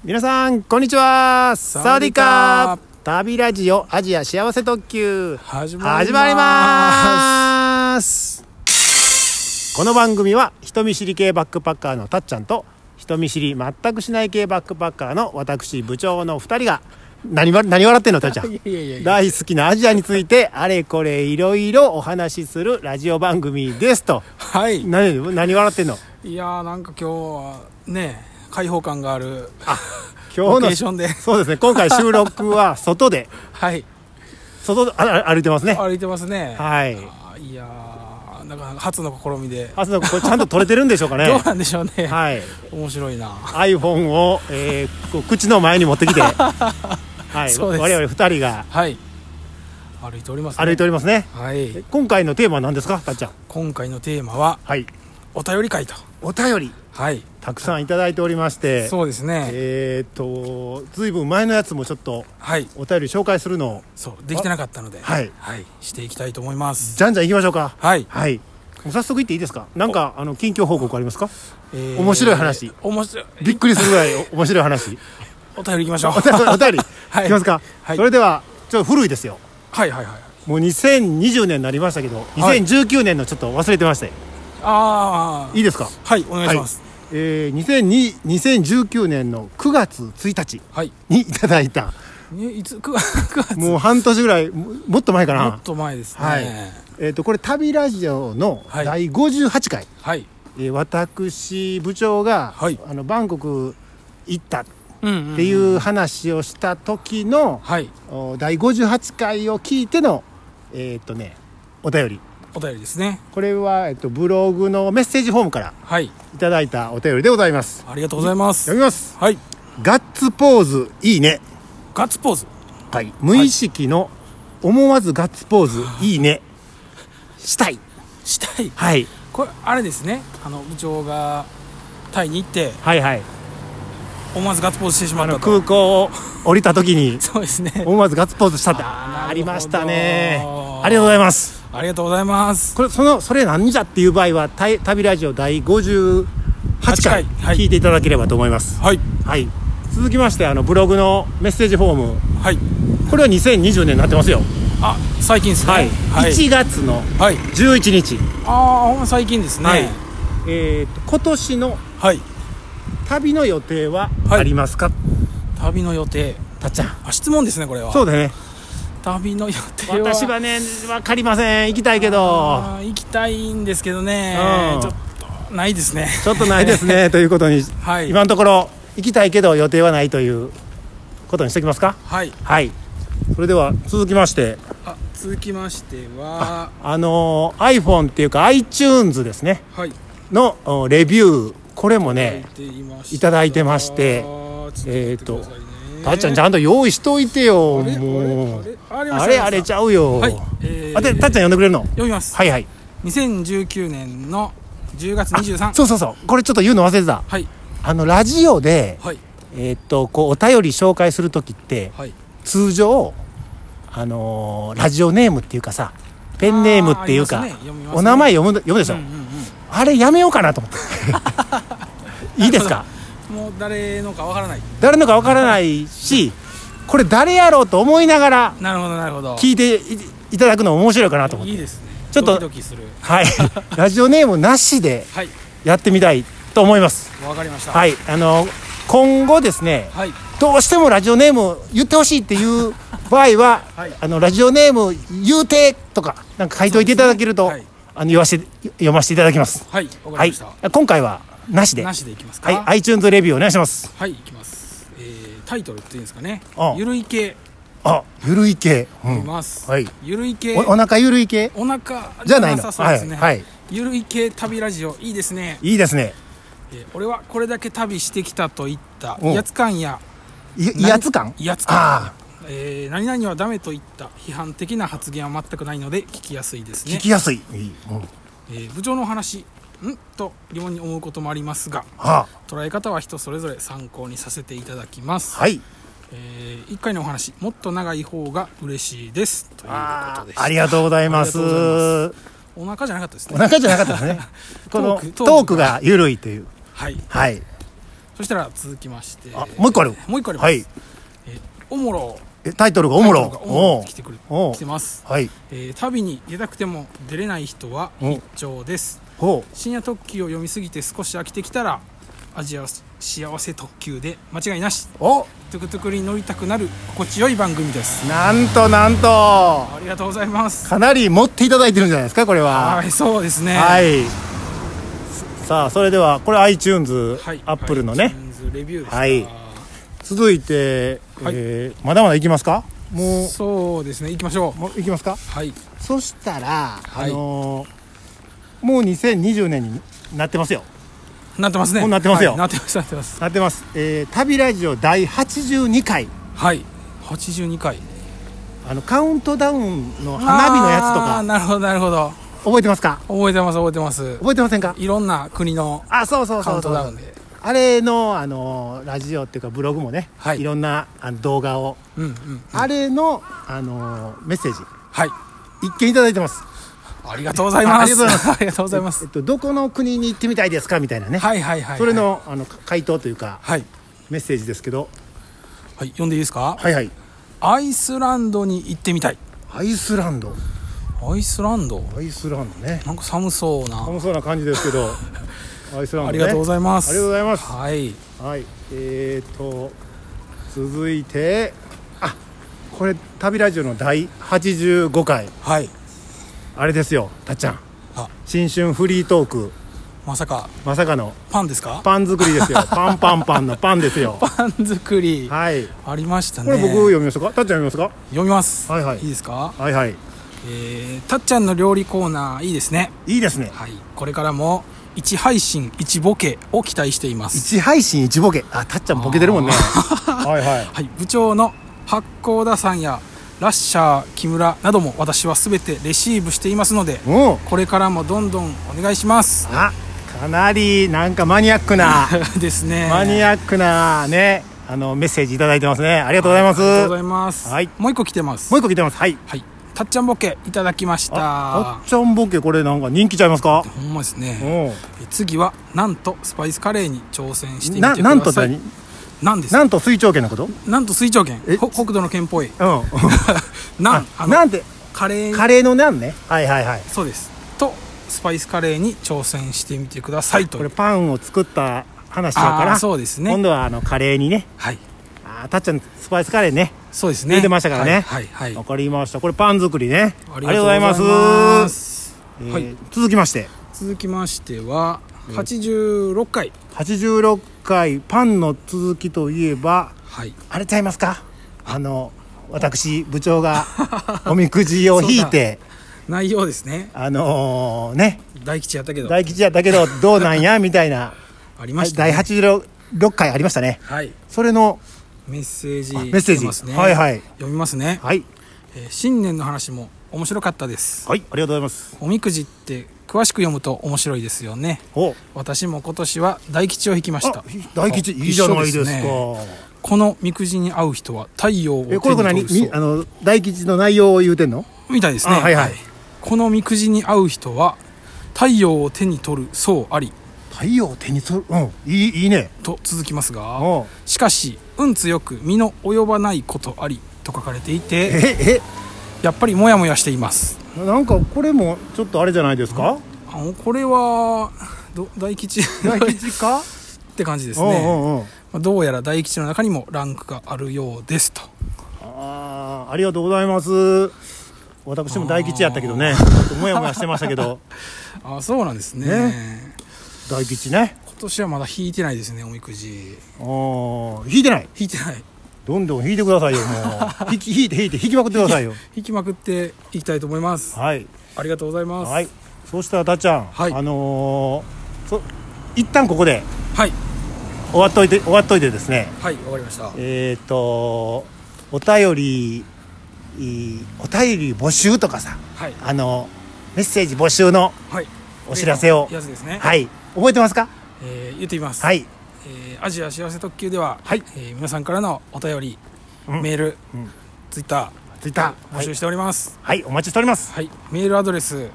皆さんこんにちは。サワディーカー。旅ラジオアジア幸せ特急始まります。この番組は人見知り系バックパッカーのたっちゃんと人見知り全くしない系バックパッカーの私部長の2人が何笑ってんのたっちゃん大好きなアジアについてあれこれいろいろお話しするラジオ番組ですと。 はい。 何笑ってんの。 いやーなんか今日はね開放感がある今日のロケーションでそうですね、今回収録は外ではい外で歩いてますね。 歩いてますね。 はい。 いやーなんか初の試みでこれちゃんと撮れてるんでしょうかね。 どうなんでしょうね。 はい。 面白いな。 iPhone を、こう口の前に持ってきてはい、 そうです。 我々2人がはい歩いておりますね。 歩いておりますね。 はい。 今回のテーマは何ですか、たっちゃん。 今回のテーマははい、 お便り会と。 お便りはいたくさんいただいておりまして、 そうですね。 ずいぶん前のやつもちょっとはいお便り紹介するのをそうできてなかったのではいしていきたいと思います。 じゃんじゃん行きましょうか。 はいはい、早速行っていいですか。なんか近況報告ありますか。面白い話、 面白いびっくりするぐらい面白い話お便り行きましょう。 お便りはいいきますか。 はいそれではちょっと古いですよ。 はいはいはい。 もう2020年になりましたけど、 はい 2019年のちょっと忘れてまして、 ああいいですか。 はいお願いします。 2019年の9月1日はいにいただいた、 いつ9月もう半年ぐらいもっと前かな。 もっと前ですね。 はいこれ旅ラジオのはい第58回、 はい私部長が、 はいバンコク行ったっうんていう話をした時の、 はい第58回を聞いてのお便り。 お便りですね。 これは、ブログのメッセージフォームからはいいただいたお便りでございます。 ありがとうございます。 読みます。 はいガッツポーズいいね。 ガッツポーズはい、無意識の思わずガッツポーズいいねしたい。 したい。 はい、 これあれですね、部長がタイに行ってはいはい、 思わずガッツポーズしてしまったと。 空港を降りた時にそうですね。 思わずガッツポーズしたってありましたね。ありがとうございます。 ありがとうございます。 これそれなんじゃっていう場合は旅ラジオ第58回はい聞いていただければと思います。 はいはい、続きましてブログのメッセージフォーム、 はいこれは2020年になってますよ。 あ最近ですね。 はい、 はい 1月のはい 11日、 ああほんま最近ですね。 はい今年のはい旅の予定ははいありますか。 旅の予定。 たっちゃん。 質問ですねこれは。 そうだね。 旅の予定は私はね分かりません。行きたいけど行きたいんですけどね、 うんちょっとないですね。 ちょっとないですねということに、 はい今のところ行きたいけど予定はないということにしておきますか。 はいはい、それでは続きまして続きましては iPhone っていうか iTunes ですねはいのレビュー、これもねいいただいてまして、たっちゃんちゃんと用意しといてよ。もうあれちゃうよ。 はい、 たっちゃん読んでくれるの。 読みます。 はいはい。 2019年の10月23。 そうこれちょっと言うの忘れてた。 はいラジオではいこうお便り紹介するときってはい通常ラジオネームっていうかさ、ペンネームっていうか、 読みますねお名前読むでしょ、あれやめようかなと思っていいですか。 もう誰のかわからない。 誰のかわからないし、これ誰やろうと思いながらなるほどなるほど。 聞いていただくのも面白いかなと思って。 いいですね。 ちょっとドキドキする。 はいラジオネームなしではいやってみたいと思います。 わかりました。 はい、今後ですね、 はいどうしてもラジオネーム言ってほしいっていう場合は、 はいラジオネーム言うてとかなんか書いといていただけると、 そうですね読ませていただきます。 はいわかはいりました。 今回はなしで。 なしでいきますか。 はい、iTunes レビューお願いします。 はいいきます。タイトルっていうんですかねあ。 ゆるい系ゆるい系、 います。 はい、 ゆるい系。 お腹ゆるい系お腹じゃないの。 さそうですね。 はい、 ゆるい系旅ラジオいいですね。 いいですね。 俺はこれだけ旅してきたといったお威圧感や威圧感。 威圧あ感、何々はダメといった批判的な発言は全くないので聞きやすいですね。 聞きやすい。 部長のお話と疑問に思うこともありますが、 は捉え方は人それぞれ参考にさせていただきます。 はい、 1回のお話もっと長い方が嬉しいですということでした。 ありがとうございます。 ありがとうございます。お腹じゃなかったですね。 お腹じゃなかったですねこのトークがゆるいという。 はいはい、 そしたら続きまして、 もう一個ある。 もう一個あります。 はい。 おもろ。 タイトルがおもろ。 来てます。 はい。 旅に出たくても出れない人は必聴です。深夜特急を読みすぎて少し飽きてきたらアジア幸せ特急で間違いなし。トゥクトゥクに乗りたくなる心地よい番組です。 なんとありがとうございます。 かなり持っていただいてるんじゃないですか、これは。 はい、そうですね。 はい。さあ、それではこれ iTunes、Apple のね iTunes レビューです。 はい。続いて、まだまだいきますか。もうそうですね、いきましょう。 もういきますか。 はい。 そしたら、もう2020年になってますよ。 なってますね。 もうなってますよ。 なってます。 なってます。旅ラジオ第82回。 はい。82回。 カウントダウンの花火のやつとか。 なるほどなるほど。 覚えてますか。 覚えてます。 覚えてませんか。 いろんな国のそうカウントダウンで。 あれのラジオっていうかブログもね、いろんな動画を、あれのメッセージ、一件いただいてます。 ありがとうございます。ありがとうございます。 どこの国に行ってみたいですかみたいなね。それの回答というか、メッセージですけど、 読んでいいですか。アイスランドに行ってみたい。 アイスランドね。 なんか寒そうな感じですけど。アイスランドね。 ありがとうございます。 はい。続いて、これ旅ラジオの第85回。あれですよ、たっちゃん。新春フリートーク。まさかのパンですか。 パン作りですよ。パンのパンですよ。 パン作り。ありましたね。 これ僕読みましたか。たっちゃん読みますか。 読みます。いいですか。たっちゃんの料理コーナーいいですね。これからも1配信1ボケを期待しています。 1配信1ボケ。たっちゃんボケてるもんね。 部長の八甲田さんやラッシャー木村なども私は全てレシーブしていますので、これからもどんどんお願いします。 かなりなんかマニアックなですね。 マニアックなね、メッセージいただいてますね。ありがとうございます。 ありがとうございます。もう一個来てます。たっちゃんボケいただきました。 たっちゃんボケ、これなんか人気ちゃいますか。 ほんまですね。次はなんとスパイスカレーに挑戦してみてください。なんと水長剣のこと。 なんと水長剣、北斗の剣っぽい。 なんてカレーのなんね。 そうです。とスパイスカレーに挑戦してみてくださいと。 これパンを作った話だから。 そうですね。 今度はカレーにね。たっちゃんスパイスカレーね。 そうですね。 出てましたからね。わかりました。これパン作りね。ありがとうございます。続きましては86回。86回パンの続きといえば、あれちゃいますか。私部長がおみくじを引いて内容ですね。大吉やったけどどうなんやみたいなありましたね。 第86回ありましたね。それのメッセージ読みますね。新年の話も面白かったです。 ありがとうございます。 おみくじって詳しく読むと面白いですよね。私も今年は大吉を引きました。 大吉いいじゃないですか。 このみくじに合う人は太陽を手に取るそう。 大吉の内容を言うてんのみたいですね。このみくじに合う人は太陽を手に取るそうあり。 太陽を手に取る、いいねと続きますが、しかし運強く身の及ばないことありと書かれていて、やっぱりモヤモヤしています。 なんかこれもちょっとあれじゃないですか。 これは大吉かって感じですね。どうやら大吉の中にもランクがあるようですと。 ありがとうございます。私も大吉やったけどね、ちょっとモヤモヤしてましたけどそうなんですね。 大吉ね。 今年はまだ引いてないですね、おみくじ。 引いてない。どんどん引いてくださいよ。もう引きまくってくださいよ。 引きまくっていきたいと思います。ありがとうございます。 そうしたらたっちゃん、一旦ここで終わっといてですね。 わかりました。 お便り募集とかさ、メッセージ募集のお知らせを、覚えてますか。 言ってみます。アジア幸せ特急では、皆さんからのお便り、メール、ツイッター募集しております。 お待ちしております。 メールアドレス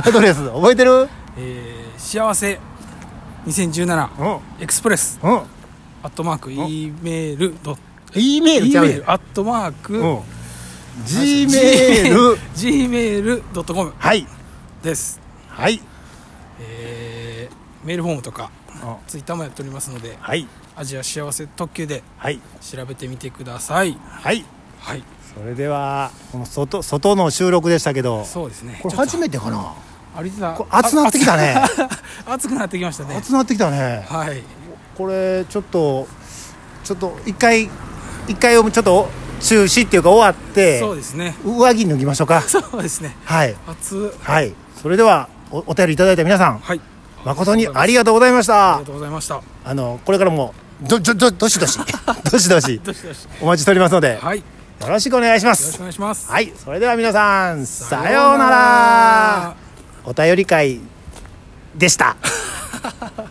覚えてる。 幸せ2017エクスプレス E メールちゃうね。 gmail.com はいです。 はい。 メールフォームとかツイッターもやっておりますので、 はい、 アジア幸せ特急ではい調べてみてください。 はいはい。 それではこの外の収録でしたけど、 そうですね。 これ初めてかな。 暑なってきたね。 暑くなってきましたね。 暑なってきたね。 はい。 これちょっと一回ちょっと中止っていうか終わって、 そうですね。 上着脱ぎましょうか。 そうですね。 はい。 はい。 それではお便りいただいた皆さん、 はい。 誠にありがとうございました。 ありがとうございました。 これからもどしどしお待ちしておりますので、 はい。 よろしくお願いします。 よろしくお願いします。 はい。それでは皆さん、さようなら。お便り会でした。